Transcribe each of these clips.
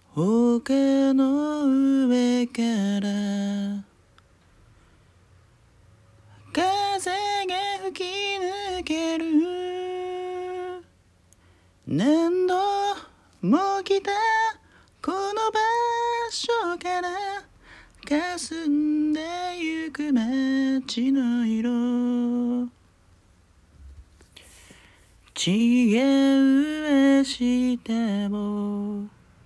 丘の上から風が吹き抜ける。何度も来たこの場所から霞んでゆく街の色。違う明日を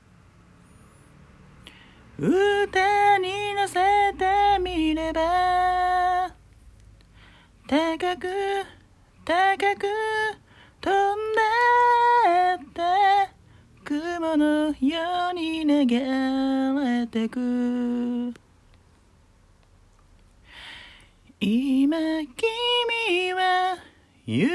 歌に乗せてみれば、高く高く飛んでって雲のように流れてく。今君は夢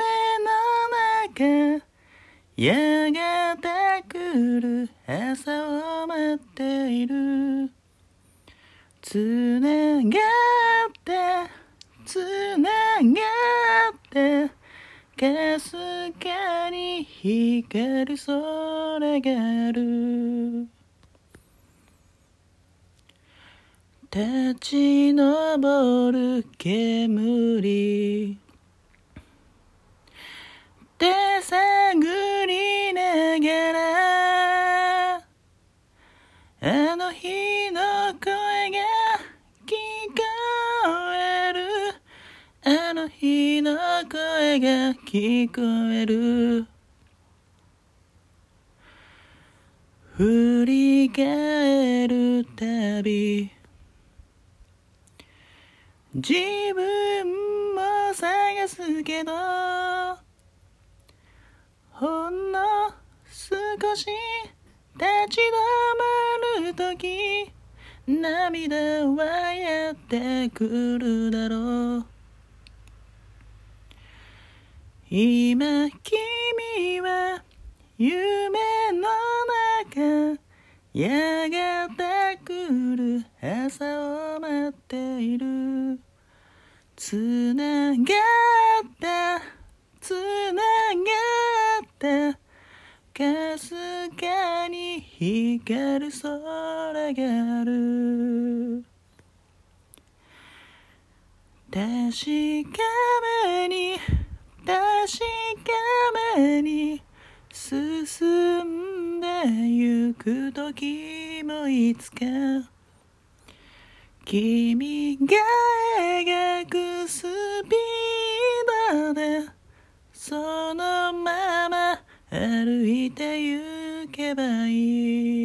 の中、やがて来る朝を待っている。つながってつながってかすかに光る空がある。立ち上る煙手探りながら、あの日の声が聞こえる。あの日の声が聞こえる。振り返るたび自分も探すけど、ほんの少し立ち止まるとき、涙はやってくるだろう。今君は夢の中、やがて来る朝を待っている。つながったつながったかすかに光る空がある。確かめに進んでゆく時もいつか、君が描くスピードでそのまま歩いてゆけばいい。